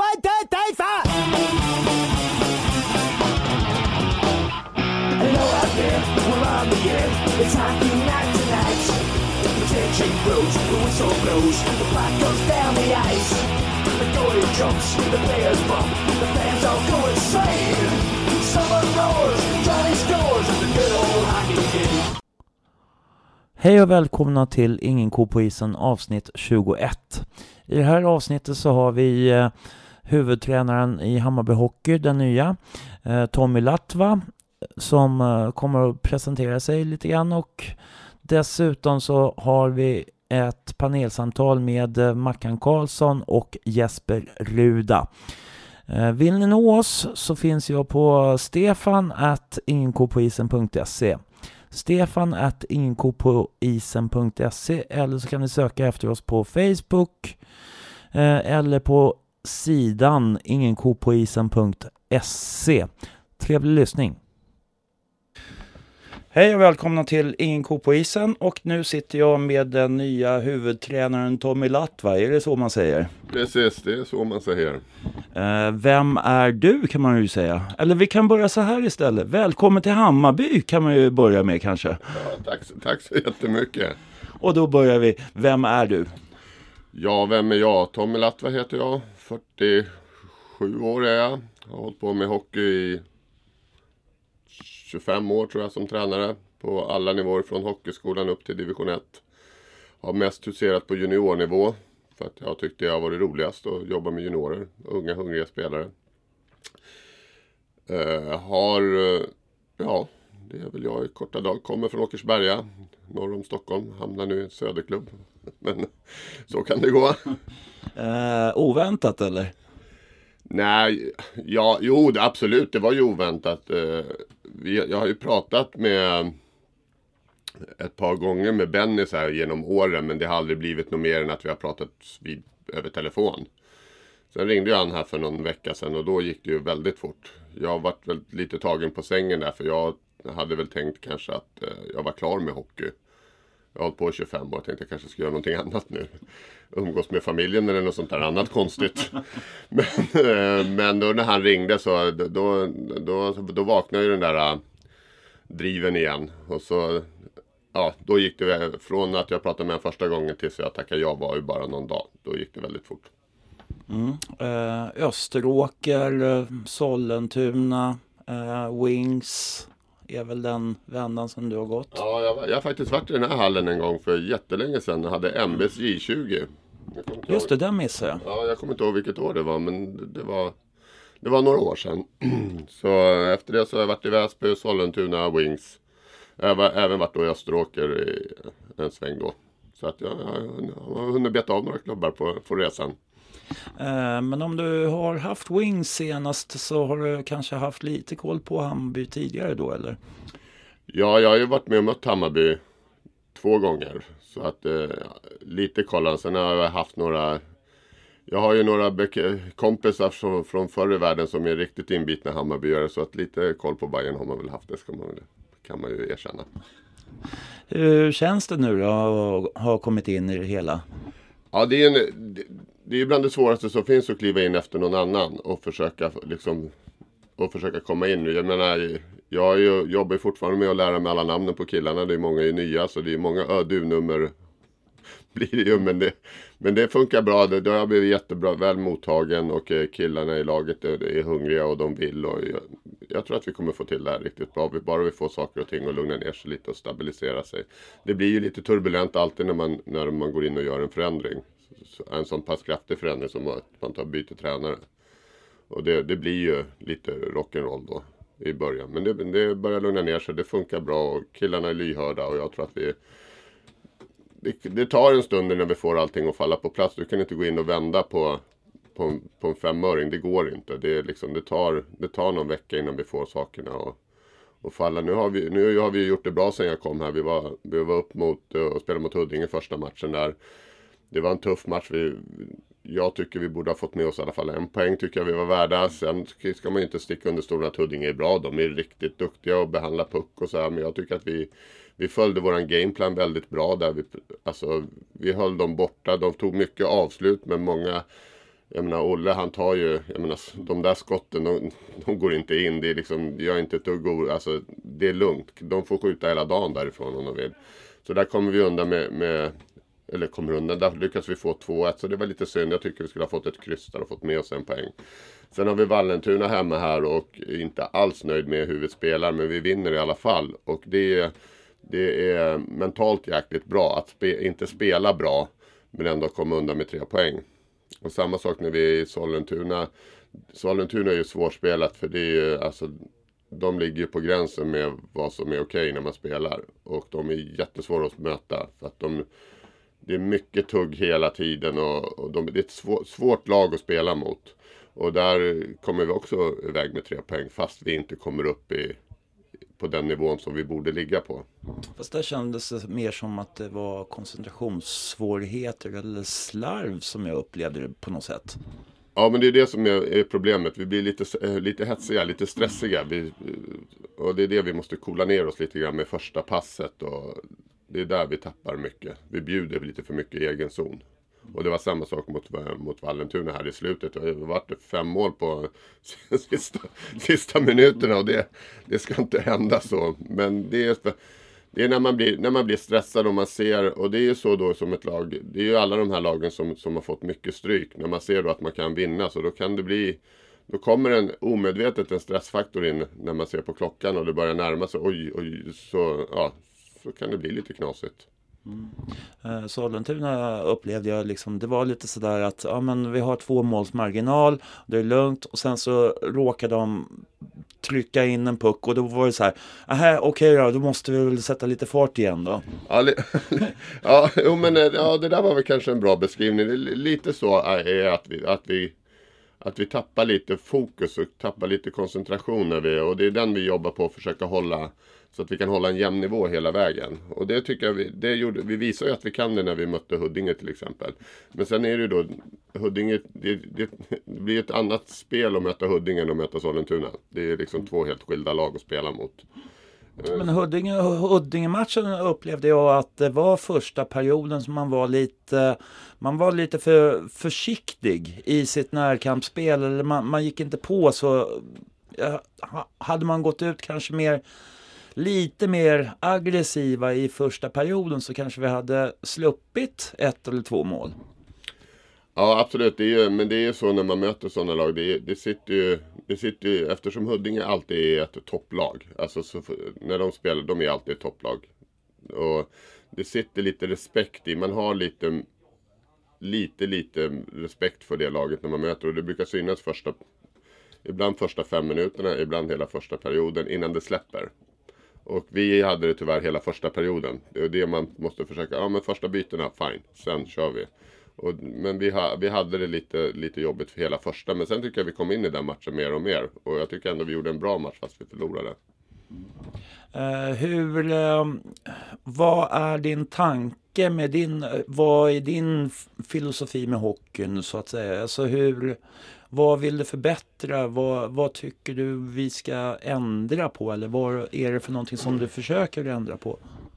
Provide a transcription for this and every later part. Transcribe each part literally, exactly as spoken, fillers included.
One, two, three, four! Hello out there, we're on the air. It's hockey night tonight. The tension grows, the whistle blows, the puck goes down the ice. The goalie jumps, the players bump, the fans all go insane. Someone roars, Johnny scores, the good old hockey game. Hej och välkomna till Ingen ko på isen avsnitt tjugoett. I det här avsnittet så har vi eh, huvudtränaren i Hammarby Hockey, den nya, eh, Tommy Latva, som eh, kommer att presentera sig lite grann, och dessutom så har vi ett panelsamtal med eh, Mackan Karlsson och Jesper Ruda. Eh, vill ni nå oss så finns jag på stefan at ingenkopoisen punkt se. Stefan at ingenkopoisen punkt se, eller så kan ni söka efter oss på Facebook eh, eller på sidan ingenkopoisen punkt se. Trevlig lyssning. Hej och välkomna till Ingen ko på isen, och nu sitter jag med den nya huvudtränaren Tommy Latva, är det så man säger? Precis, det är så man säger. Eh, vem är du, kan man ju säga? Eller vi kan börja så här istället. Välkommen till Hammarby kan man ju börja med kanske. Ja, tack, tack så jättemycket. Och då börjar vi. Vem är du? Ja, vem är jag? Tommy Latva heter jag. fyrtiosju år är jag. Jag har hållit på med hockey i tjugofem år tror jag som tränare. På alla nivåer från hockeyskolan upp till division ett. Har mest huserat på juniornivå. För att jag tyckte jag var det roligast att jobba med juniorer. Unga, hungriga spelare. Uh, har, uh, ja, det är väl jag i korta dag. Kommer från Åkersberga, norr om Stockholm. Hamnar nu i en söderklubb. Men så kan det gå. Uh, oväntat eller? Nej, ja, jo, det, absolut. Det var ju oväntat. Uh, vi, jag har ju pratat med ett par gånger med Benny så här genom åren, men det har aldrig blivit något mer än att vi har pratat vid, över telefon. Sen ringde jag han här för någon vecka sedan och då gick det ju väldigt fort. Jag har varit väl lite tagen på sängen där, för jag hade väl tänkt kanske att eh, jag var klar med hockey. Jag har hållit på tjugofem år och tänkte att jag kanske ska göra någonting annat nu. Umgås med familjen eller något sånt där annat konstigt. Men, eh, men då när han ringde så då, då, då, då vaknade ju den där uh, driven igen. Och så, ja, då gick det från att jag pratade med honom första gången tills jag tackade ja var ju bara någon dag. Då gick det väldigt fort. Mm. Eh, Österåker, Sollentuna, eh, Wings är väl den vändan som du har gått? Ja, jag, jag har faktiskt varit i den här hallen en gång för jättelänge sedan. Jag hade M B:s J tjugo. Just det, den missade jag. Ja, jag kommer inte ihåg vilket år det var, men det var, det var några år sedan. Så efter det så har jag varit i Väsby, Sollentuna, Wings. Jag har även varit då i Österåker i en sväng då. Så att jag, jag har hunnit beta av några klubbar på, på resan. Eh, men om du har haft Wings senast så har du kanske haft lite koll på Hammarby tidigare då, eller? Ja, jag har ju varit med och mött Hammarby två gånger. Så att eh, lite koll. Sen har jag haft några... Jag har ju några be- kompisar från, från förr i världen som är riktigt inbitna Hammarbyare. Så att lite koll på Bayern har man väl haft, det ska man väl, kan man ju erkänna. Hur känns det nu då att ha kommit in i det hela? Ja, det är, en, det, det är bland det svåraste som finns att kliva in efter någon annan och försöka, liksom, och försöka komma in. Jag menar, jag ju, jobbar fortfarande med att lära mig alla namnen på killarna. Det är många är nya, så det är många ö-du-nummer blir det ju. Men det, men det funkar bra. Det, det har blivit jättebra, väl mottagen, och killarna i laget är, är hungriga och de vill. Och jag, jag tror att vi kommer få till det här riktigt bra. Bara vi får saker och ting och lugna ner sig lite och stabilisera sig. Det blir ju lite turbulent alltid när man, när man går in och gör en förändring. En sån pass kraftig förändring som att man tar byte tränare. Och det, det blir ju lite rock'n'roll då i början. Men det, det börjar lugna ner sig. Det funkar bra och killarna är lyhörda. Och jag tror att vi... Det, det tar en stund när vi får allting att falla på plats. Du kan inte gå in och vända på, på, på en femöring. Det går inte. Det, är liksom, det, tar, det tar någon vecka innan vi får sakerna att och falla. Nu har, vi, nu har vi gjort det bra sen jag kom här. Vi var, vi var upp mot och spelade mot Huddinge första matchen där. Det var en tuff match. Vi, jag tycker vi borde ha fått med oss i alla fall en poäng, tycker jag vi var värda. Sen ska man inte sticka under stolen att Huddinge är bra. De är riktigt duktiga och behandlar puck och så här. Men jag tycker att vi, vi följde våran gameplan väldigt bra där. Vi, alltså, vi höll dem borta. De tog mycket avslut, men många Jag menar, Olle han tar ju, jag menar, de där skotten, de, de går inte in. Det är liksom, jag är inte ett dugg, alltså det är lugnt. De får skjuta hela dagen därifrån om de vill. Så där kommer vi undan med, med eller kommer undan, där lyckas vi få två ett. Så det var lite synd, jag tycker vi skulle ha fått ett kryss där och fått med oss en poäng. Sen har vi Vallentuna hemma här och är inte alls nöjd med hur vi spelar. Men vi vinner i alla fall. Och det är, det är mentalt jäkligt bra att spe, inte spela bra men ändå komma undan med tre poäng. Och samma sak när vi är i Sollentuna. Sollentuna är ju svårspelat för det är ju, alltså, de ligger ju på gränsen med vad som är okej när man spelar. Och de är jättesvåra att möta för att de, det är mycket tugg hela tiden och, och de, det är ett svår, svårt lag att spela mot. Och där kommer vi också iväg med tre poäng fast vi inte kommer upp i, på den nivån som vi borde ligga på. Fast där kändes det mer som att det var koncentrationssvårigheter eller slarv som jag upplevde det på något sätt. Ja, men det är det som är, är problemet. Vi blir lite, lite hetsiga, lite stressiga. Vi, och det är det vi måste coola ner oss lite grann med första passet. Och det är där vi tappar mycket. Vi bjuder lite för mycket i egen zon. Och det var samma sak mot, mot Vallentuna här i slutet. Det har varit fem mål på sista, sista minuterna och det, det ska inte hända så. Men det är, det är när, man blir, när man blir stressad och man ser, och det är ju så då som ett lag, det är ju alla de här lagen som, som har fått mycket stryk. När man ser då att man kan vinna så då kan det bli, då kommer en omedvetet en stressfaktor in när man ser på klockan och det börjar närma sig, oj, oj, så, ja, så kan det bli lite knasigt. Mm. Eh, Sollentuna upplevde jag liksom, det var lite sådär att ja, men vi har två måls marginal, det är lugnt och sen så råkar de trycka in en puck och då var det så här, aha, okej då, då måste vi väl sätta lite fart igen då. Ja, li- ja, jo, men ja, det där var väl kanske en bra beskrivning. Lite så är att vi, att vi att vi tappar lite fokus och tappar lite koncentration när vi, och det är den vi jobbar på att försöka hålla så att vi kan hålla en jämn nivå hela vägen. Och det tycker jag vi, det gjorde, vi visar ju att vi kan det när vi mötte Huddinge till exempel. Men sen är det ju då, Huddinge, det, det, det blir ett annat spel att möta Huddinge än att möta Sollentuna. Det är liksom två helt skilda lag att spela mot. Men Huddinge, Huddinge-matchen upplevde jag att det var första perioden som man var lite, man var lite för försiktig i sitt närkampsspel. Eller man, man gick inte på så, hade man gått ut kanske mer lite mer aggressiva i första perioden så kanske vi hade sluppit ett eller två mål. Ja, absolut. Det är ju, men det är ju så när man möter sådana lag. Det, är, det sitter ju, det sitter ju, eftersom Huddinge alltid är ett topplag. Alltså så, när de spelar, de är alltid ett topplag. Och det sitter lite respekt i. Man har lite, lite, lite respekt för det laget när man möter. Och det brukar synas första, ibland första fem minuterna, ibland hela första perioden innan det släpper. Och vi hade det tyvärr hela första perioden. Det är det man måste försöka. Ja, men första bytena, fine. Sen kör vi. Och, men vi, ha, vi hade det lite, lite jobbigt för hela första. Men sen tycker jag vi kom in i den matchen mer och mer. Och jag tycker ändå vi gjorde en bra match fast vi förlorade. Uh, hur, uh, vad är din tanke med din, vad är din filosofi med hockeyn så att säga? Alltså hur, vad vill du förbättra? Vad, vad tycker du vi ska ändra på? Eller vad är det för någonting som du försöker ändra på?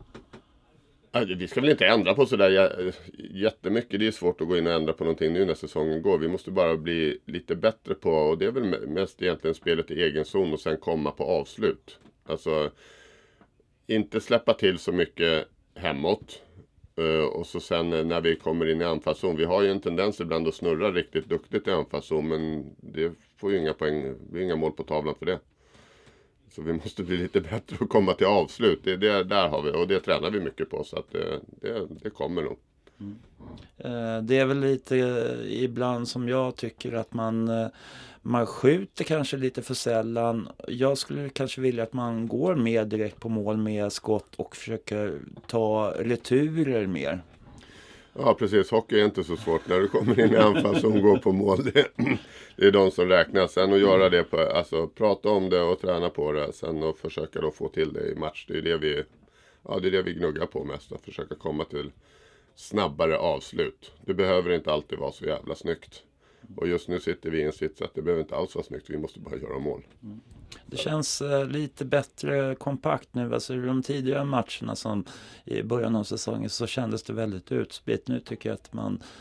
Vi ska väl inte ändra på sådär jättemycket. Det är svårt att gå in och ändra på någonting nu när säsongen går. Vi måste bara bli lite bättre på, och det är väl mest egentligen spelet i egen zon och sen komma på avslut. Alltså inte släppa till så mycket hemåt. Och så sen när vi kommer in i anfallszon. Vi har ju en tendens ibland att snurra riktigt duktigt i anfallszon, men det får ju inga poäng, det blir inga mål på tavlan för det. Så vi måste bli lite bättre och komma till avslut. Det, det där har vi, och det tränar vi mycket på, så att det, det, det kommer nog. Mm. Det är väl lite ibland som jag tycker att man, man skjuter kanske lite för sällan. Jag skulle kanske vilja att man går mer direkt på mål med skott och försöker ta returer mer. Ja, precis. Hockey är inte så svårt när du kommer in i anfall som går på mål. Det, det är de som räknas. Sen att göra det på, alltså prata om det och träna på det. Sen att försöka då få till det i match. Det är det vi, ja, det är det vi gnuggar på mest. Att försöka komma till snabbare avslut. Det behöver inte alltid vara så jävla snyggt. Och just nu sitter vi i en sits att det behöver inte alls vara snyggt. Vi måste bara göra mål. Mm. Det känns uh, lite bättre kompakt nu. Alltså de tidigare matcherna som i början av säsongen så kändes det väldigt utspritt. Nu tycker jag att man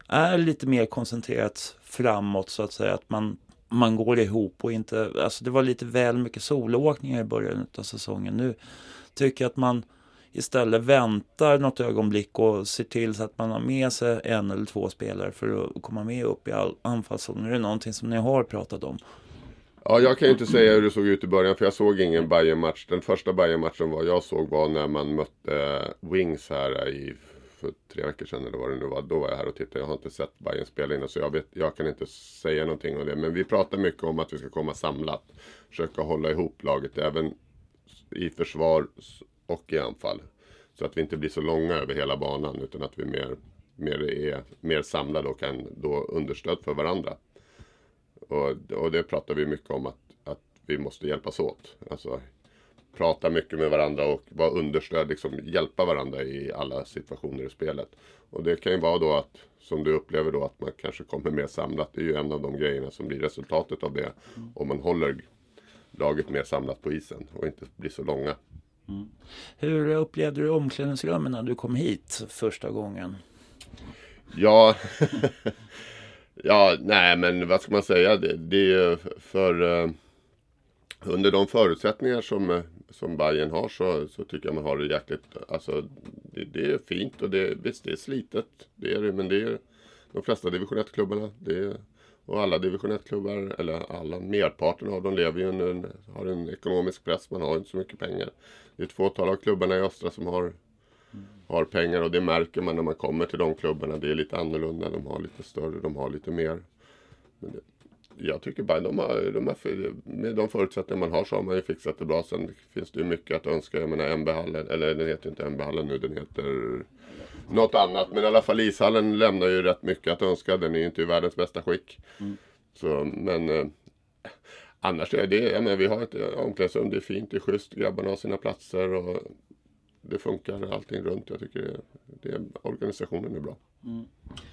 är lite mer koncentrerat framåt så att säga, att man, man går ihop och inte, alltså det var lite väl mycket soloåkningar i början av säsongen. Nu tycker jag att man istället väntar något ögonblick och ser till så att man har med sig en eller två spelare för att komma med upp i all anfallszon. Är det någonting som ni har pratat om? Ja, jag kan ju inte säga hur det såg ut i början, för jag såg ingen Bayern-match. Den första Bayern-matchen var jag såg var när man mötte Wings här i, för tre veckor sedan eller vad det nu var. Då var jag här och tittade. Jag har inte sett Bayern spela innan, så jag, vet, jag kan inte säga någonting om det. Men vi pratar mycket om att vi ska komma samlat. Försöka hålla ihop laget även i försvar och i anfall. Så att vi inte blir så långa över hela banan, utan att vi mer, mer är mer samlade och kan då understöd för varandra. Och, och det pratar vi mycket om, att, att vi måste hjälpas åt. Alltså prata mycket med varandra och vara understöd, liksom hjälpa varandra i alla situationer i spelet. Och det kan ju vara då att, som du upplever då, att man kanske kommer mer samlat. Det är ju en av de grejerna som blir resultatet av det. Mm. Om man håller laget mer samlat på isen och inte blir så långa. Mm. Hur upplevde du omklädningsrummen när du kom hit första gången? Ja, ja, nej men vad ska man säga? Det, det är för uh, under de förutsättningar som, som Bayern har, så, så tycker jag man har det jäkligt, alltså det, det är fint och det, visst det är slitet, det är det, men det är de flesta division ett-klubbarna, det är, och alla division ett-klubbar, eller alla, merparten av dem lever ju en, har en ekonomisk press, man har inte så mycket pengar. Det är ett fåtal av klubbarna i östra som har, mm. har pengar, och det märker man när man kommer till de klubbarna. Det är lite annorlunda, de har lite större, de har lite mer. Men det, jag tycker bara de har, de har, med de förutsättningar man har så har man ju fixat det bra. Sen finns det ju mycket att önska. Jag menar M B-hallen, eller den heter inte M B-hallen nu, den heter något annat. Men i alla fall ishallen lämnar ju rätt mycket att önska. Den är ju inte i världens bästa skick. Mm. Så, men eh, annars är det, jag menar, vi har ett omklädningsrum, det är fint, det är schysst, grabbarna har sina platser och det funkar allting runt. Jag tycker det, det, organisationen är bra. Mm.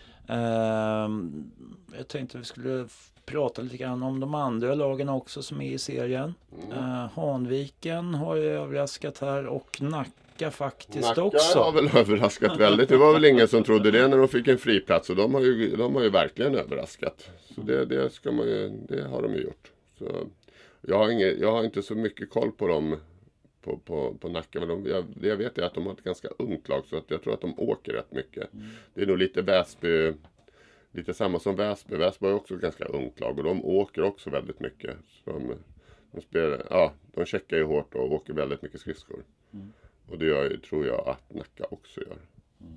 Uh, jag tänkte vi skulle prata lite grann om de andra lagen också som är i serien. Mm. Uh, Hanviken har ju överraskat här och Nacka faktiskt Nacka också. Nacka har väl överraskat väldigt. Det var väl ingen som trodde det när de fick en friplats, och de har ju, de har ju verkligen överraskat. Så det, det, ska man ju, det har de ju gjort. Så jag, har inget, jag har inte så mycket koll på dem på, på, på Nacka. Men de, jag, det jag vet är att de har ett ganska ungt lag, så att jag tror att de åker rätt mycket. Mm. Det är nog lite Väsby, lite samma som Väsby. Väsby är också ett ganska ungt lag, och de åker också väldigt mycket. Så de, de, spelar, ja, de checkar ju hårt och åker väldigt mycket skridskor. Mm. Och det gör, tror jag att Nacka också gör. Mm.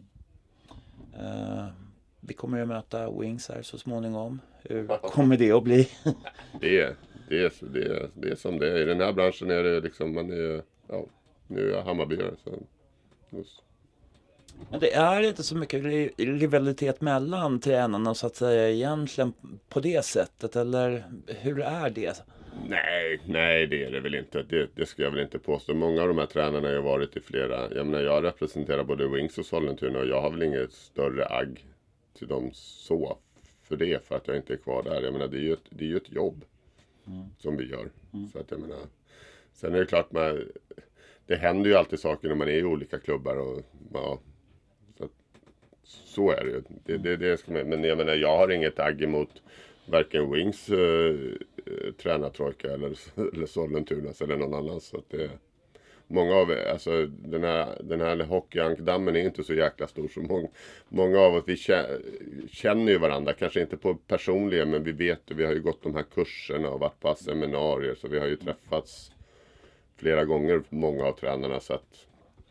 Uh, vi kommer att möta Wings här så småningom. Hur kommer det att bli? det, är, det, är, det, är, det är som det är. I den här branschen är det liksom, man är, ja, nu är jag Hammarbyare. Så, just. Men det är inte så mycket rivalitet mellan tränarna så att säga egentligen på det sättet, eller hur är det? Nej, nej det är det väl inte. Det, det ska jag väl inte påstå. Många av de här tränarna har ju varit i flera. Jag menar, jag representerar både Wings och Sollentuna, och jag har väl inget större agg till dem så för det, för att jag inte är kvar där. Jag menar, det är ju ett, det är ju ett jobb mm. som vi gör. Mm. Så att jag menar, sen är det klart, man, det händer ju alltid saker när man är i olika klubbar, och ja, så, att, så är det ju. Det, det, det ska man, men jag menar, jag har inget agg emot varken Wings äh, tränartrojka eller, eller Sollentunas eller någon annan. Så att det, många av alltså den här, den här hockeyankdammen är inte så jäkla stor som många, många av oss. Vi känner ju varandra, kanske inte på personligen, men vi vet, vi har ju gått de här kurserna och varit på seminarier, så vi har ju träffats flera gånger, många av tränarna. Så att,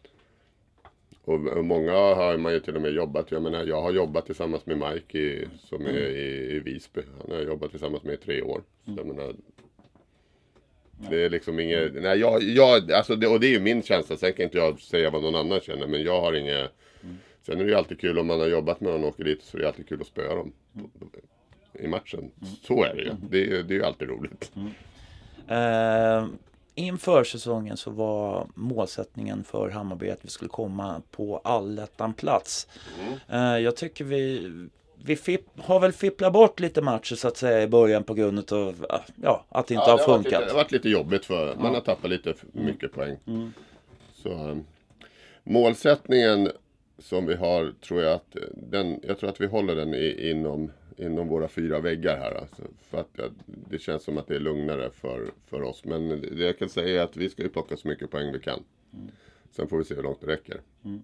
och många har man ju till och med jobbat. Jag menar, jag har jobbat tillsammans med Mike i, som är i, i Visby. Han har jobbat tillsammans med i tre år. Så jag menar, det är liksom inget, nej jag, jag alltså det, och det är ju min känsla. Sen kan inte jag säga vad någon annan känner, men jag har inget. Sen är det ju alltid kul om man har jobbat med någon och åker dit, så är det alltid kul att spöa dem i matchen. Så är det ju. Det, det är ju alltid roligt. Mm. Uh... Inför säsongen så var målsättningen för Hammarby att vi skulle komma på allettan plats. Mm. Uh, jag tycker vi, vi fipp, har väl fipplat bort lite matcher så att säga i början på grund av ja, att det inte ja, har funkat. Lite, det har varit lite jobbigt för man ja. har tappat lite mycket poäng. Mm. Så um, målsättningen som vi har, tror jag att den, jag tror att vi håller den i, inom, inom våra fyra väggar här. Alltså, för att ja, det känns som att det är lugnare för, för oss. Men det jag kan säga är att vi ska ju plocka så mycket poäng vi kan. Mm. Sen får vi se hur långt det räcker. Mm.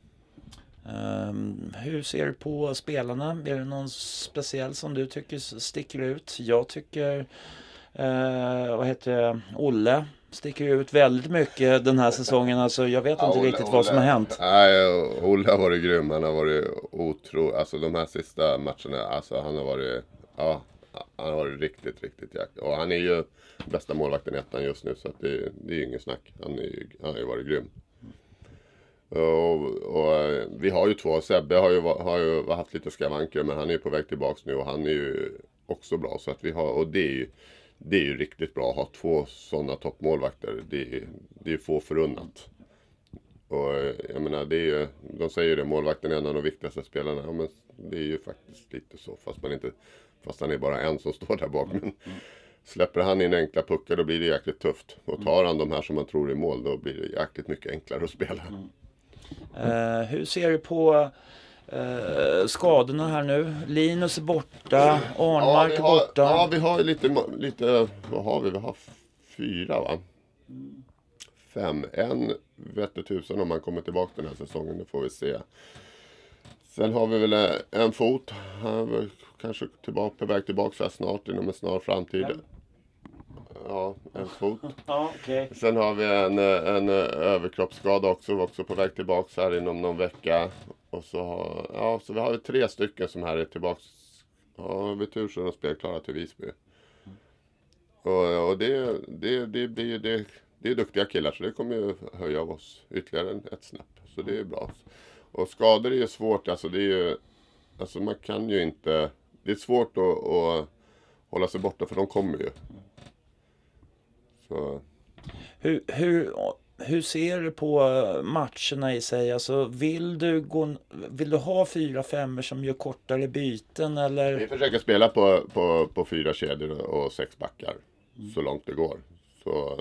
Um, hur ser du på spelarna? Är det någon speciell som du tycker sticker ut? Jag tycker, uh, vad heter det, Olle sticker ut väldigt mycket den här säsongen. Alltså, jag vet ja, inte Olle, riktigt vad Olle, som har hänt. Nej, Olle har varit grym. Han har varit otrolig. Alltså de här sista matcherna, alltså han har varit, ja, han har varit riktigt, riktigt jäkla. Och han är ju bästa målvakten i ettan just nu, så att det, det är ju ingen snack. Han, är, han har ju varit grym. Och, och vi har ju två. Sebbe har ju, har ju haft lite skavanker, men han är ju på väg tillbaks nu och han är ju också bra. Så att vi har, och det är ju, det är ju riktigt bra att ha två sådana toppmålvakter. Det är, det är få förunnat. Och jag menar, det är ju, de säger ju det, målvakten är en av de viktigaste spelarna. Ja, men det är ju faktiskt lite så, fast man inte, fast han är bara en som står där bak. Men släpper han in enkla puckar, då blir det jäkligt tufft. Och tar han de här som man tror är mål, då blir det jäkligt mycket enklare att spela. Mm. Uh, hur ser du på uh, skadorna här nu? Linus är borta, Arnmark ja, är har, borta. Ja, vi har lite, lite, vad har vi? Vi har fyra, va? Fem. En vette tusen om man kommer tillbaka den här säsongen, det får vi se. Sen har vi väl en fot. Han är väl kanske tillbaka, på väg tillbaka snart, inom en snar framtid. Ja. Ja, en fot. Ja, okay. Sen har vi en, en överkroppsskada också, också på väg tillbaka här inom någon vecka. Och så har, ja, så vi har tre stycken som här är tillbaka. Ja, vi tur så är de spelklara till Visby. Och, och det, det, det blir det, det är duktiga killar, så det kommer ju höja oss ytterligare ett snäpp. Så det är bra. Och skador är ju svårt, alltså det är ju, alltså man kan ju inte, det är svårt att, att hålla sig borta, för de kommer ju. Så. Hur, hur, hur ser du på matcherna i sig? Alltså, vill du, gå, vill du ha fyra femmer som gör kortare byten? Eller? Vi försöker spela på, på, på fyra kedjor och sex backar mm. så långt det går. Så,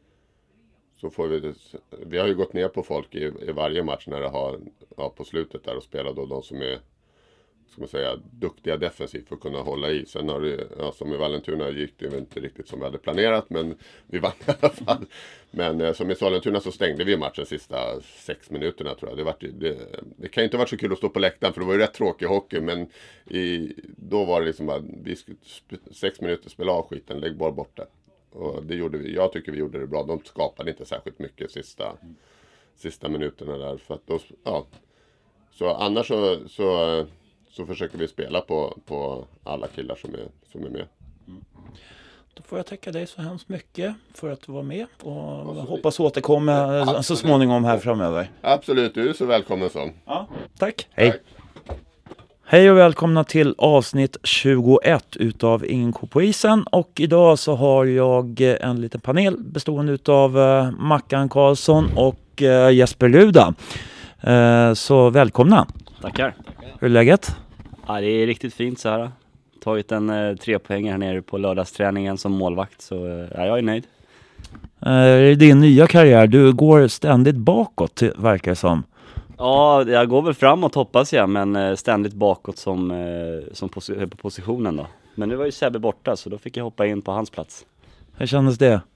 så får vi, vi har ju gått ner på folk i, i varje match när det har ja, på slutet där och spelar då de som är, ska man säga, duktiga defensivt för att kunna hålla i. Sen har det, ja, som i Vallentuna gick det inte riktigt som vi hade planerat, men vi vann i alla fall. Men eh, som i Sollentuna så stängde vi matchen sista sex minuterna, tror jag. Det, var, det, det kan ju inte ha varit så kul att stå på läktaren, för det var ju rätt tråkig hockey, men i, då var det liksom bara, vi skulle, sex minuter spela av skiten, lägg bara bort det. Och det gjorde vi, jag tycker vi gjorde det bra. De skapade inte särskilt mycket sista, sista minuterna där. För att då, ja. Så annars så, så så försöker vi spela på, på alla killar som är, som är med. Mm. Då får jag tacka dig så hemskt mycket för att du var med. Och hoppas återkomma ja, så småningom här framöver. Absolut, du är så välkommen som. Ja, tack. Hej. Tack. Hej och välkomna till avsnitt tjugoett utav Ingen ko på isen. Och idag så har jag en liten panel bestående utav uh, Mackan Karlsson och uh, Jesper Ruda. Uh, så välkomna. Tackar. Hur är läget? Ja, det är riktigt fint så här. Tagit en uh, tre poäng här nere på lördagsträningen som målvakt, så uh, ja, jag är nöjd. Uh, är det din nya karriär? Du går ständigt bakåt, verkar det som. Ja, jag går väl framåt hoppas jag, men uh, ständigt bakåt som, uh, som posi- på positionen då. Men nu var ju Sebbe borta, så då fick jag hoppa in på hans plats. Hur kändes det? Uh,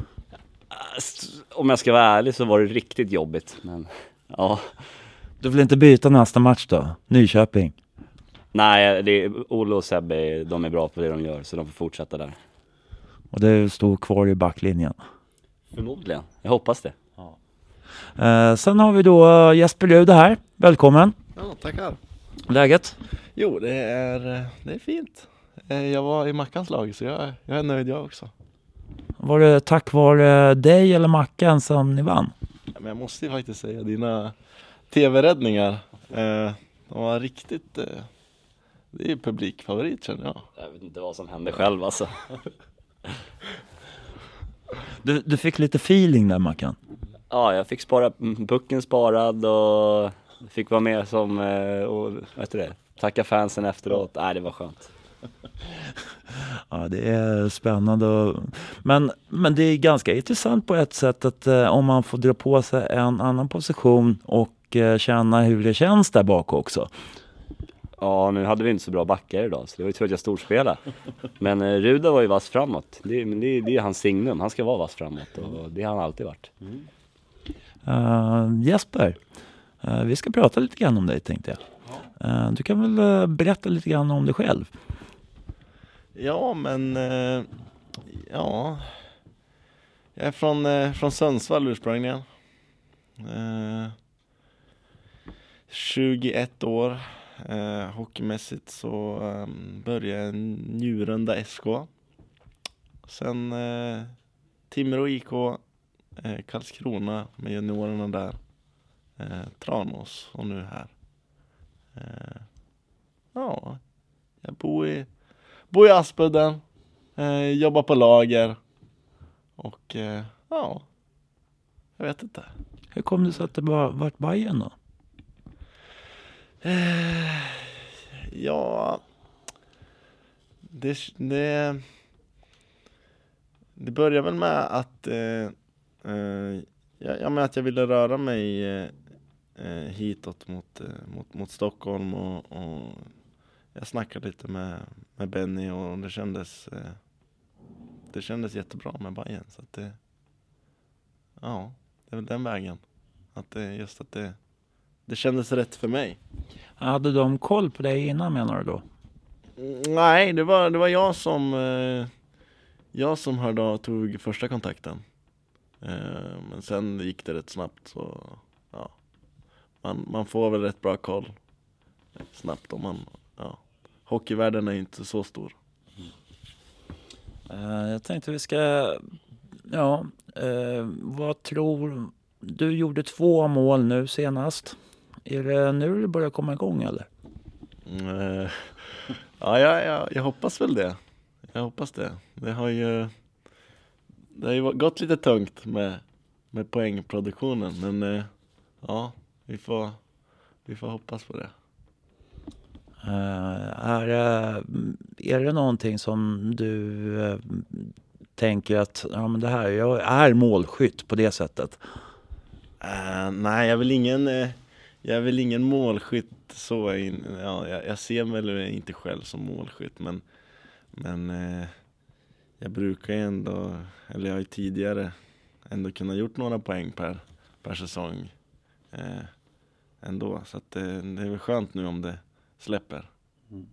om jag ska vara ärlig så var det riktigt jobbigt, men ja... Du vill inte byta nästa match då? Nyköping? Nej, det är, Olle och Sebbe, de är bra på det de gör, så de får fortsätta där. Och det står kvar i backlinjen? Förmodligen, jag hoppas det. Ja. Eh, sen har vi då Jesper Ruda här, välkommen. Ja, tackar. Läget? Jo, det är, det är fint. Jag var i Mackans lag, så jag, jag är nöjd jag också. Var det tack vare dig eller Mackan som ni vann? Ja, men jag måste ju faktiskt säga, dina tv-räddningar, eh, de var riktigt, eh, det är publikfavorit känner jag. Jag vet inte vad som hände själv alltså. Du, du fick lite feeling där, Mackan. Ja, jag fick spara pucken sparad och fick vara med som, och, vad heter det, tacka fansen efteråt. Nej, det var skönt. Ja, det är spännande. Men, men det är ganska intressant på ett sätt att eh, om man får dra på sig en annan position och och eh, känna hur det känns där bak också. Ja, nu hade vi inte så bra backar idag, så det var ju tur att jag storspelade. Men eh, Ruda var ju vass framåt. Det, men det, det är hans signum. Han ska vara vass framåt och det har han alltid varit. Uh, Jesper, uh, vi ska prata lite grann om dig, tänkte jag. Uh, du kan väl uh, berätta lite grann om dig själv? Ja, men eh, ja, jag är från, eh, från Sundsvall ursprungligen. Eh, tjugoett år. Eh, hockeymässigt så eh, började jag Njurunda S K. Sen eh, Timrå I K, eh, Karlskrona med juniorerna där. Eh, Tranås och nu här. Eh, ja, jag bor i Bor i Aspudden, eh, jobbar på lager och eh, ja, jag vet inte. Hur kom det sig att det bara vart Bayern då? Eh, ja, det, det, det börjar väl med att, eh, eh, ja, ja, med att jag ville röra mig eh, hitåt mot, eh, mot, mot Stockholm och, och jag snackade lite med, med Benny och det kändes eh, det kändes jättebra med Bayern, så att det, ja, det är väl den vägen, att det, just att det, det kändes rätt för mig. Hade de koll på dig innan, menar du då? Mm, nej, det var, det var jag som eh, jag som hörde och tog första kontakten, eh, men sen gick det rätt snabbt, så ja, man, man får väl rätt bra koll snabbt om man, ja, hockeyvärlden är inte så stor. Uh, jag tänkte vi ska, ja, uh, vad tror du? Gjorde två mål nu senast. Är det nu det börjar komma igång eller? Uh, ja, ja, ja, jag hoppas väl det. Jag hoppas det. Det har ju, det har ju gått lite tungt med, med poängproduktionen, men uh, ja, vi får, vi får hoppas på det. Uh, är, är det någonting som du uh, tänker att ja, men det här, jag är målskytt på det sättet? Uh, nej, jag vill ingen uh, jag vill ingen målskytt så in, ja, jag, jag ser väl inte själv som målskytt, men men uh, jag brukar ändå, eller jag har ju tidigare ändå kunnat gjort några poäng per per säsong uh, ändå, så att uh, det är väl skönt nu om det släpper. Mm.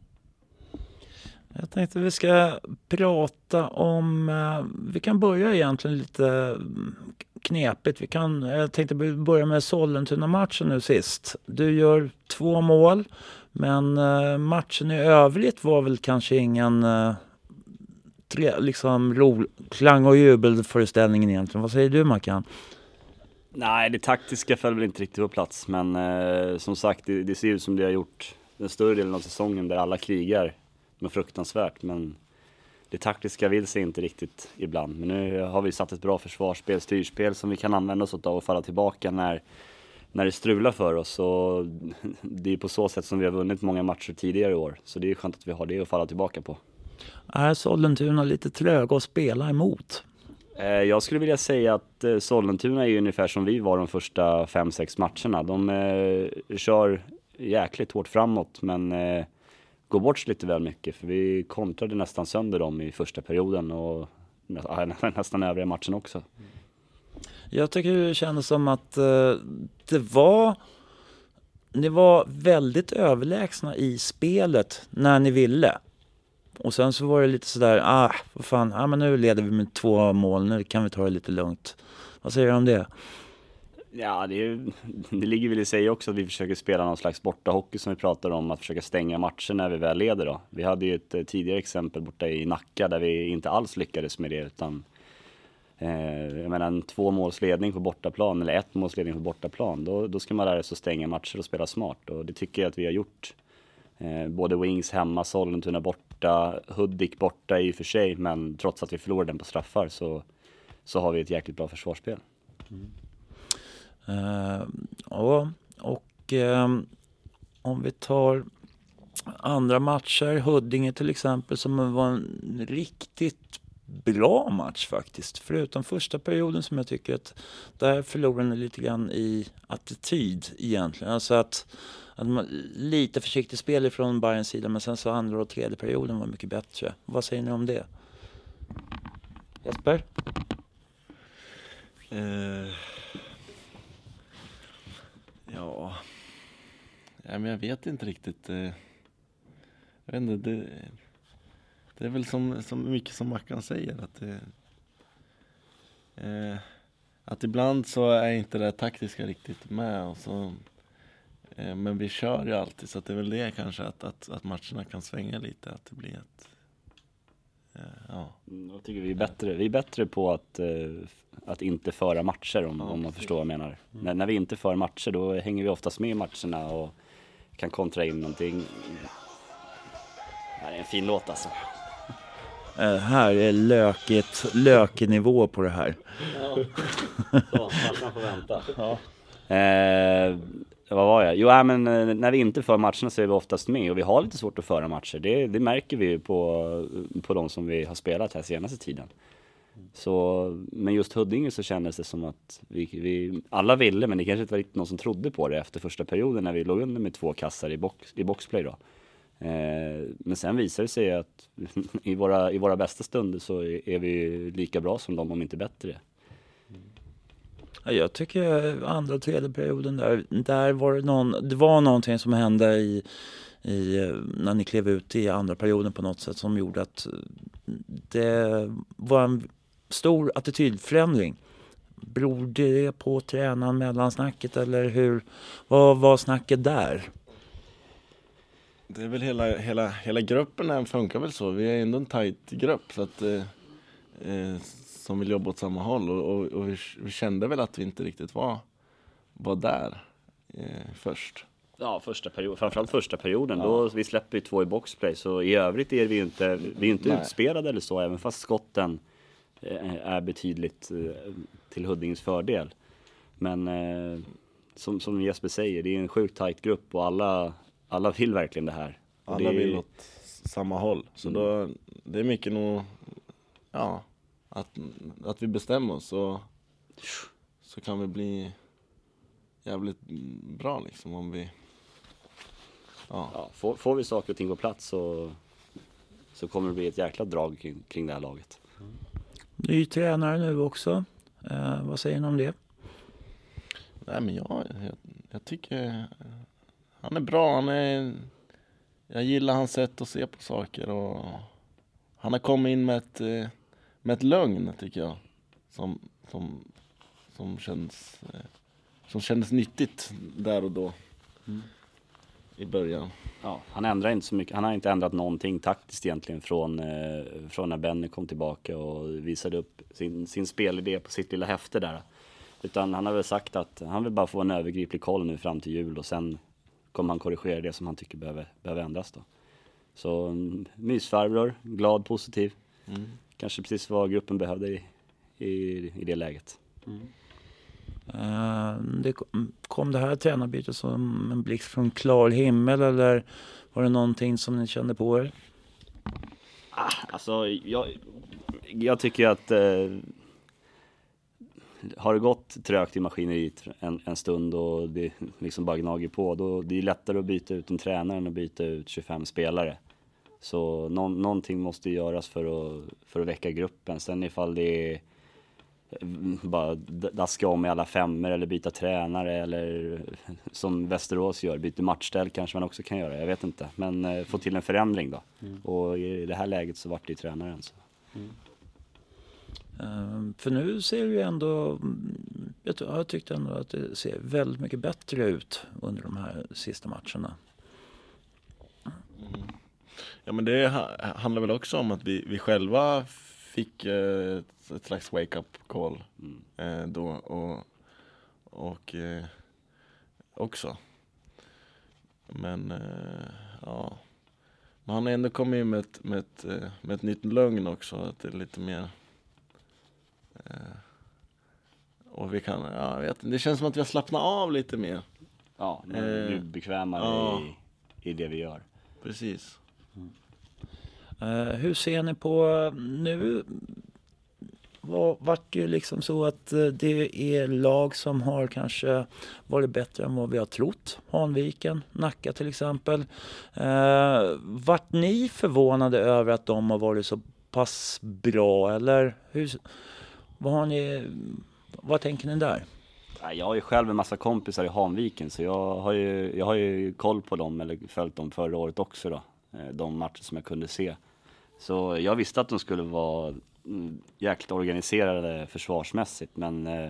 Jag tänkte vi ska prata om, uh, vi kan börja egentligen lite knepigt. Vi kan, jag tänkte börja med Sollentuna-matchen nu sist. Du gör två mål, men uh, matchen i övrigt var väl kanske ingen uh, tre, liksom ro, klang och jubelföreställningen egentligen. Vad säger du, Mackan? Nej, det taktiska föll väl inte riktigt på plats, men uh, som sagt, det, det ser ut som det har gjort den större delen av säsongen där alla krigar med fruktansvärt, men det taktiska vill sig inte riktigt ibland. Men nu har vi satt ett bra försvarsspel, styrspel som vi kan använda oss av och falla tillbaka när, när det strular för oss. Och det är på så sätt som vi har vunnit många matcher tidigare i år. Så det är skönt att vi har det att falla tillbaka på. Är Sollentuna lite tröga att spela emot? Jag skulle vilja säga att Sollentuna är ungefär som vi var de första fem sex matcherna. De eh, kör jäkligt hårt framåt, men eh, går bort lite väl mycket, för vi kontrade nästan sönder dem i första perioden och nä, nästan övriga matchen också. Jag tycker det kändes som att eh, det var ni var väldigt överlägsna i spelet när ni ville. Och sen så var det lite sådär, ah, vad fan, ah, men nu leder vi med två mål, nu kan vi ta det lite lugnt. Vad säger du om det? Ja, det, är, det ligger väl i sig också att vi försöker spela någon slags bortahockey som vi pratar om, att försöka stänga matcher när vi väl leder då. Vi hade ju ett tidigare exempel borta i Nacka där vi inte alls lyckades med det, utan eh, jag menar en två målsledning på bortaplan eller ett målsledning på bortaplan, då, då ska man lära sig att stänga matcher och spela smart, och det tycker jag att vi har gjort. Eh, både Wings hemma, Sollentuna borta, Hudik borta i och för sig, men trots att vi förlorade den på straffar så, så har vi ett jäkligt bra försvarsspel. Mm. Uh, ja, och um, om vi tar andra matcher, Huddinge till exempel, som var en riktigt bra match faktiskt. Förutom första perioden som jag tycker att där förlorar ni lite grann i attityd egentligen. Alltså att, att man, lite försiktigt spel ifrån Bayerns sida, men sen så andra och tredje perioden var mycket bättre. Vad säger ni om det? Jesper? Eh, ja, ja, men jag vet inte riktigt. Eh, jag vet inte, det, det är väl som, som mycket som Mackan säger. Att, det, eh, att ibland så är inte det taktiska riktigt med. Och så, eh, men vi kör ju alltid, så att det är väl det kanske att, att, att matcherna kan svänga lite. Att det blir ett... Ja. Jag tycker vi är bättre, vi är bättre på att, uh, att inte föra matcher, om, ja, om man förstår vad jag menar. Mm. När, när vi inte för matcher, då hänger vi oftast med i matcherna och kan kontra in någonting. Det här är en fin låt alltså. Uh, här är lökigt, lökig nivå på det här. Ja. Så, man får vänta. Ja. Uh, Vad var jag? Jo, äh, men när vi inte för matcherna så är vi oftast med, och vi har lite svårt att föra matcher. Det, det märker vi ju på, på de som vi har spelat här senaste tiden. Så, men just Huddinge så kändes det som att vi, vi alla ville, men det kanske inte var riktigt någon som trodde på det efter första perioden när vi låg under med två kassar i, box, i boxplay då. Eh, men sen visar det sig att i våra, i våra bästa stunder så är, är vi lika bra som dem, om inte bättre. Jag tycker andra och tredje perioden där, där var det någon, det var någonting som hände i, i, när ni klev ut i andra perioden på något sätt som gjorde att det var en stor attitydförändring. Beror det på tränaren mellan snacket, eller hur, vad var snacket där? Det är väl hela, hela, hela gruppen här funkar väl så. Vi är ändå en tajt grupp, så att eh, eh, som vill jobba åt samma håll, och, och, och vi, vi kände väl att vi inte riktigt var, var där eh, först. Ja, första period, framförallt första perioden. Ja. Då vi släpper ju två i boxplay, så i övrigt är vi ju inte, vi är inte utspelade eller så, även fast skotten eh, är betydligt eh, till Huddinges fördel. Men eh, som, som Jesper säger, det är en sjukt tajt grupp, och alla, alla vill verkligen det här. Och alla det är, vill åt samma håll. Så Mm. då, det är mycket nog, ja, att, att vi bestämmer oss, så, så kan vi bli jävligt bra liksom, om vi ja. ja, får, får vi saker och ting på plats, så, så kommer det bli ett jäkla drag kring, kring det här laget. Ny tränare nu också. Eh, vad säger ni om det? Nej, men jag, jag, jag tycker han är bra. Han är, jag gillar hans sätt att se på saker, och han har kommit in med ett, med ett lögn, tycker jag, som, som, som, känns, som kändes nyttigt där och då. Mm. I början. Ja, han ändrar inte så mycket. Han har inte ändrat någonting taktiskt egentligen från, eh, från när Benny kom tillbaka och visade upp sin, sin spelidé på sitt lilla häfte där. Utan han har väl sagt att han vill bara få en övergriplig koll nu fram till jul, och sen kommer han korrigera det som han tycker behöver, behöver ändras då. Så mm, mysfarbror, glad, positiv. Mm. Kanske precis vad gruppen behövde i, i, i det läget. Mm. Uh, det kom, kom det här tränarbytet som en blixt från klar himmel, eller var det någonting som ni kände på er? Ah, alltså, jag, jag tycker att eh, har det gått trögt i maskineriet en, en stund och det liksom bara gnager på, då det är lättare att byta ut en tränare än att byta ut tjugofem spelare. Så någon, någonting måste göras för att, för att väcka gruppen. Sen ifall det är bara daska om i alla femmer eller byta tränare, eller som Västerås gör, byta matchställ kanske man också kan göra, jag vet inte, men eh, få till en förändring då. Mm. Och i det här läget så vart det tränaren så. Mm. Uh, för nu ser det ju ändå, jag, tror, jag tyckte ändå att det ser väldigt mycket bättre ut under de här sista matcherna. Mm. Ja, men det handlar väl också om att vi, vi själva fick eh, ett slags wake-up call mm. eh, då, och, och eh, också. Men eh, ja, men han har ändå kommit med ett, med, ett, med ett nytt lögn också, att det är lite mer eh, och vi kan, ja, jag vet, det känns som att vi har slappnat av lite mer. Ja, vi blir eh, bekvämare ja. i, i det vi gör. Precis. Mm. Uh, hur ser ni på nu? var, vart det ju liksom så att eh, det är lag som har kanske varit bättre än vad vi har trott. Hanviken, Nacka till exempel. Eh, vart ni förvånade över att de har varit så pass bra? Eller hur, vad har ni, vad tänker ni där? Jag har ju själv en massa kompisar i Hanviken, så jag har ju, jag har ju koll på dem, eller följt dem förra året också då. De matcher som jag kunde se. Så jag visste att de skulle vara jäkligt organiserade försvarsmässigt, men eh,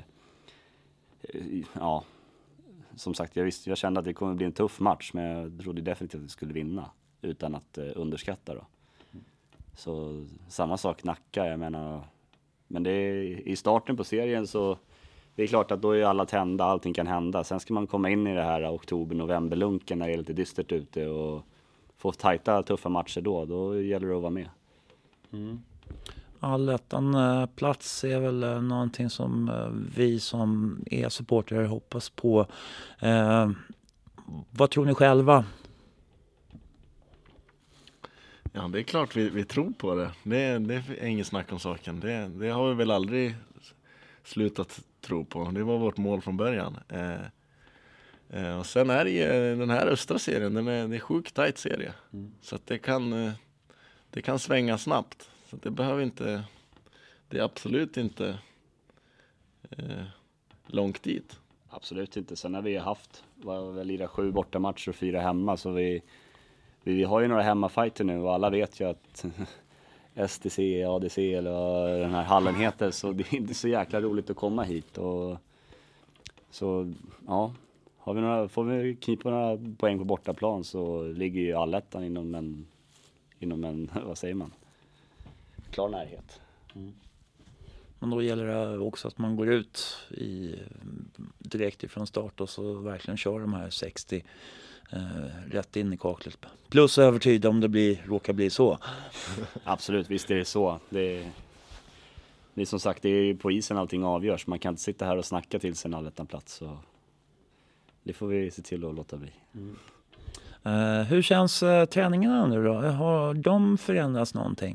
ja, som sagt, jag, visste, jag kände att det kommer bli en tuff match, men jag trodde definitivt att vi skulle vinna utan att eh, underskatta då. Så samma sak Nacka, jag menar, men det är, i starten på serien så det är klart att då är alla tända, allting kan hända. Sen ska man komma in i det här oktober-november-lunken när det är lite dystert ute och få tajta, tuffa matcher då. Då gäller det att vara med. Mm. Allettan plats är väl någonting som vi som är supportrar hoppas på. Eh, vad tror ni själva? Ja, det är klart vi, vi tror på det. Det, det är ingen snack om saken. Det, det har vi väl aldrig slutat tro på. Det var vårt mål från början. Eh, eh, och sen är det ju den här östra serien, den är, det är sjukt tajt serie. Mm. Så att det kan, eh, det kan svänga snabbt. Så att det behöver inte, det är absolut inte eh, långt dit. Absolut inte. Sen har vi haft, vad väl lira sju bortamatcher och fyra hemma, så vi, vi, vi har ju några hemmafighter nu och alla vet ju att S T C, A D C eller vad den här hallen heter, så det är inte så jäkla roligt att komma hit. Och så ja, har vi några, får vi knipa några poäng på bortaplan så ligger ju allettan inom en, inom en, vad säger man, klar närhet. Mm. Men då gäller det också att man går ut i, direkt ifrån start och så verkligen kör de här sextio eh, rätt in i kaklet. Plus övertid om det blir, råkar bli så. Absolut, visst är det så. Det är, det är som sagt, det är på isen allting avgörs. Man kan inte sitta här och snacka till sin allettanplats. Så det får vi se till att låta bli. Mm. Uh, hur känns uh, träningarna nu då? Har de förändrats någonting?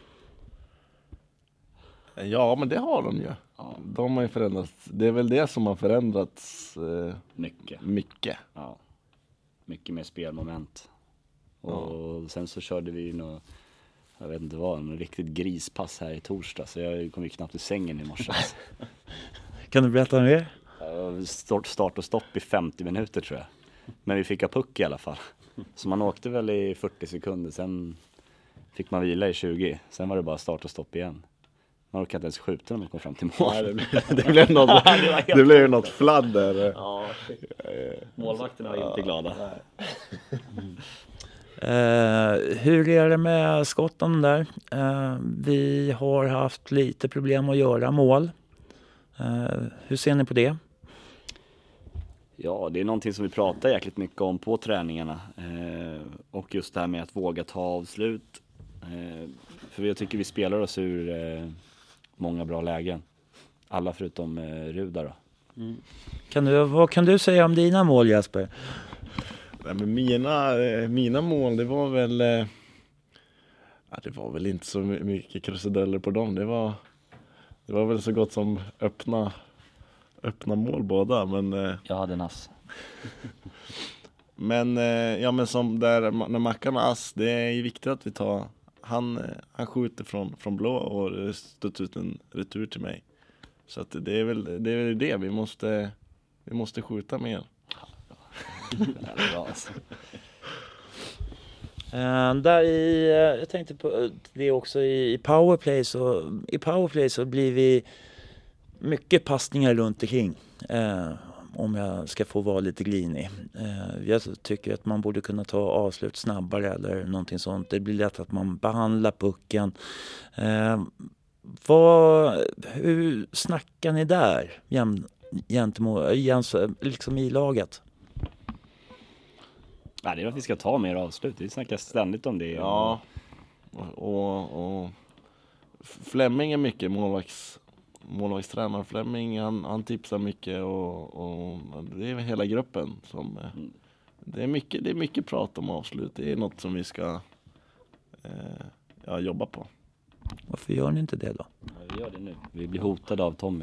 Ja, men det har de ju. Ja. De har ju förändrats. Det är väl det som har förändrats eh, mycket. mycket. Ja. Mycket mer spelmoment. Och ja. Sen så körde vi något, jag vet inte vad, en riktigt grispass här i torsdag. Så jag kom ju knappt i sängen i morse. Kan du berätta mer? Start och stopp i femtio minuter tror jag. Men vi fick ha puck i alla fall. Så man åkte väl i fyrtio sekunder. Sen fick man vila i tjugo. Sen var det bara start och stopp igen. Man orkade inte ens skjuta när man kom fram till mål. Nej, det blev, det blev något, det det blev något fladder. Ja, målvakterna var ja, inte glada. Mm. Uh, hur är det med skotten där? Uh, vi har haft lite problem att göra mål. Uh, hur ser ni på det? Ja, det är någonting som vi pratar jäkligt mycket om på träningarna. Uh, och just det här med att våga ta avslut. Uh, för jag tycker vi spelar oss ur uh, många bra lägen. Alla förutom uh, Ruda då. Mm. Kan du, vad kan du säga om dina mål, Jesper? Nej, men mina, mina mål, det var väl ja, det var väl inte så mycket krusiduller på dem. Det var, det var väl så gott som öppna, öppna mål båda. Men, jag hade en ass. men, ja, men som där, när Mackan har ass, det är viktigt att vi tar, han, han skjuter från, från blå och det stöter ut en retur till mig. Så att det är väl det, är väl det. Vi, måste, vi måste skjuta mer. Uh, där i, uh, jag tänkte på det också i, i powerplay så i powerplay så blir vi mycket passningar runt omkring. Uh, om jag ska få vara lite grinig. Uh, jag tycker att man borde kunna ta avslut snabbare eller någonting sånt. Det blir lätt att man behandlar pucken. Uh, vad, hur snackar ni där jäm, gentemot, jäms, liksom i laget? Nej, det är att vi ska ta mer avslut. Vi snackar ständigt om det. Ja, och, och, och Flemming är mycket målvakts, målvaktstränare. Flemming, han, han tipsar mycket och, och det är hela gruppen som mm. det är mycket, det är mycket prat om avslut. Det är något som vi ska eh, ja, jobba på. Varför gör ni inte det då? vi gör det nu. Vi blir hotade av Tommy.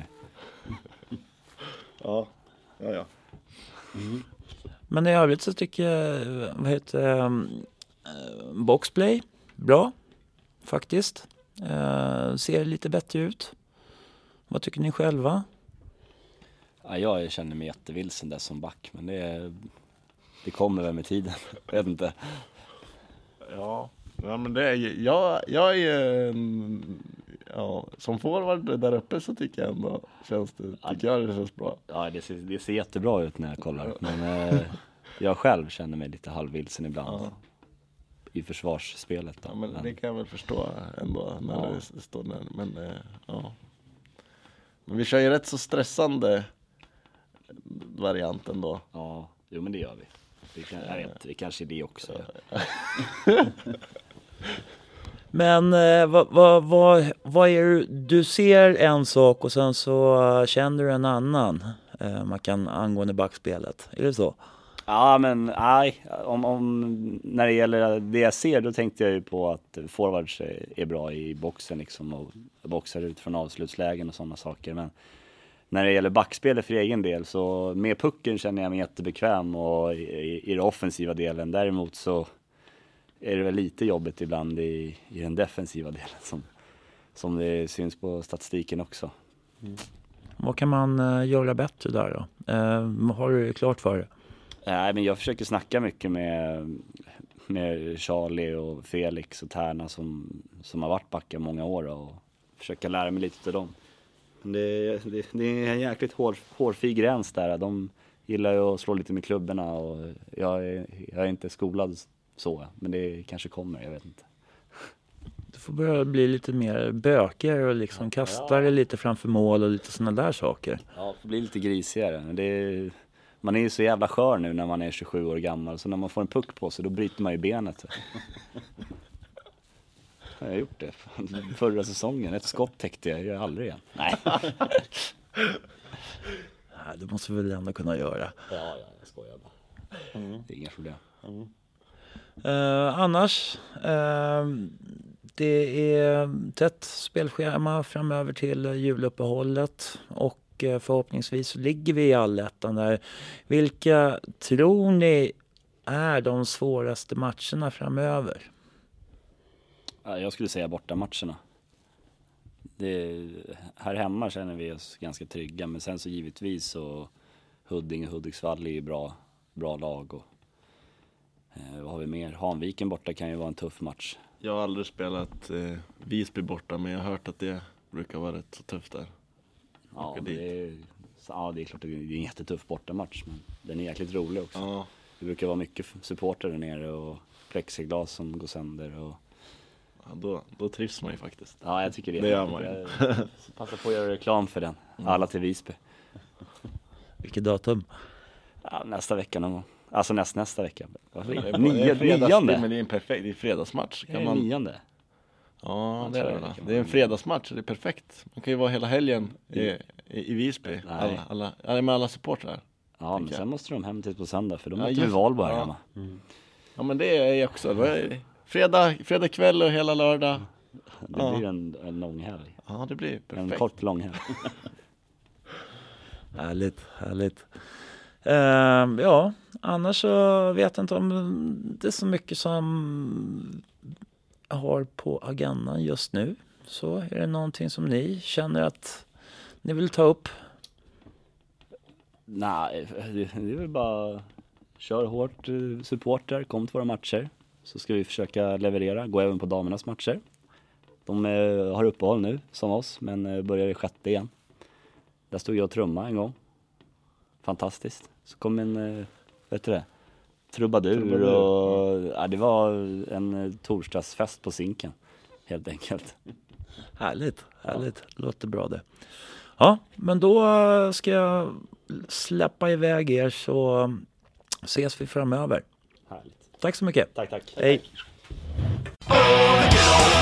Ja, ja, ja. Mm. Men i övrigt så tycker jag, vad heter um, boxplay, bra faktiskt. Uh, ser lite bättre ut. Vad tycker ni själva? Ja, jag känner mig jättevilsen där som back, men det, det kommer väl med tiden. Jag vet inte. Ja, ja men det är jag, jag är mm, ja, som forward där uppe så tycker jag ändå känns det, tycker jag det känns bra. Ja, det ser, det ser jättebra ut när jag kollar. Men eh, jag själv känner mig lite halvvilsen ibland. Ja. I försvarsspelet då. Ja, men, men det kan jag väl förstå ändå när ja. det står där. Men, eh, ja. men vi kör ju rätt så stressande varianten då. Ja, jo men det gör vi. Det, kan, jag vet, det kanske är det också. Men eh, vad, vad, vad, vad är det, du ser en sak och sen så uh, känner du en annan. Uh, man kan angående backspelet. Är det så? Ja, men nej. Om, om, när det gäller det jag ser, då tänkte jag ju på att forwards är, är bra i boxen liksom, och boxar ut från avslutslägen och sådana saker. Men när det gäller backspelet för egen del, så med pucken känner jag mig jättebekväm och i, i den offensiva delen. Däremot så är det väl lite jobbigt ibland i, i den defensiva delen som, som det syns på statistiken också. Mm. Vad kan man uh, göra bättre där då? Uh, har du det klart för det? Nej, men jag försöker snacka mycket med, med Charlie och Felix och Tärna som, som har varit backar många år och försöka lära mig lite av dem. Det, det, det är en jäkligt hår, hårfig gräns där. De gillar ju att slå lite med klubborna och jag är, jag är inte skolad så, men det kanske kommer, jag vet inte. Du får börja bli lite mer bökigare och liksom ja, kasta ja. det lite framför mål och lite sådana där saker. Ja, det blir lite grisigare. Det är, man är ju så jävla skör nu när man är tjugosju år gammal, så när man får en puck på sig då bryter man ju benet. Jag har gjort det förra säsongen. Ett skott täckte jag, jag gör aldrig igen. Nej. Nej, det måste vi väl ändå kunna göra. Ja, ja, jag skojar bara. Mm. Det är inga problem. Mm. Uh, annars, uh, det är tätt spelschema framöver till juluppehållet och uh, förhoppningsvis ligger vi i allettan där. Vilka tror ni är de svåraste matcherna framöver? Jag skulle säga bortamatcherna. Det, här hemma känner vi oss ganska trygga, men sen så givetvis så Huddinge och Hudiksvall är ju bra, bra lag. Och, eh, vad har vi mer? Hanviken borta kan ju vara en tuff match. Jag har aldrig spelat eh, Visby borta, men jag har hört att det brukar vara rätt så tufft där. Ja det, är, ja, det är klart att det är en jättetuff bortamatch, men den är jäkligt rolig också. Ja. Det brukar vara mycket supporter där nere och plexiglas som går sönder och ja, då, då trivs man ju faktiskt. Ja, jag tycker det. Det gör man ju. Passa på att göra reklam för den. Alla till Visby. Vilket datum? Ja, nästa vecka någon gång. Alltså näst, nästa vecka. Nio, Nio, fredags, nionde. Men det är en perfekt, det är fredagsmatch. Kan det är man... nionde. Ja, det är det. Det är en fredagsmatch, det är perfekt. Man kan ju vara hela helgen i, i, i Visby. Alla, alla, alla, med alla supportrar. Ja, men sen måste de hem till på söndag, för de möter ju Valborg här hemma. Mm. Ja, men det är också. Det är fredag, fredag kväll och hela lördag. Det ja. blir en, en lång helg. Ja, det blir perfekt. En kort lång helg. Härligt, härligt. Uh, ja, annars så vet jag inte om det är så mycket som jag har på agendan just nu. Så är det någonting som ni känner att ni vill ta upp? Nej, det är väl bara kör hårt, supporter, kom till våra matcher. Så ska vi försöka leverera, gå även på damernas matcher. De eh, har uppehåll nu, som oss, men eh, börjar i sjätte igen. Där stod jag och trumma en gång. Fantastiskt. Så kom en, eh, vet du det, trubadur, trubadur. och ja, det var en eh, torsdagsfest på Zinken, helt enkelt. Härligt, härligt. Ja. Låter bra det. Ja, men då ska jag släppa iväg er så ses vi framöver. Härligt. Tack så mycket. Tack, tack. Hej. Tack.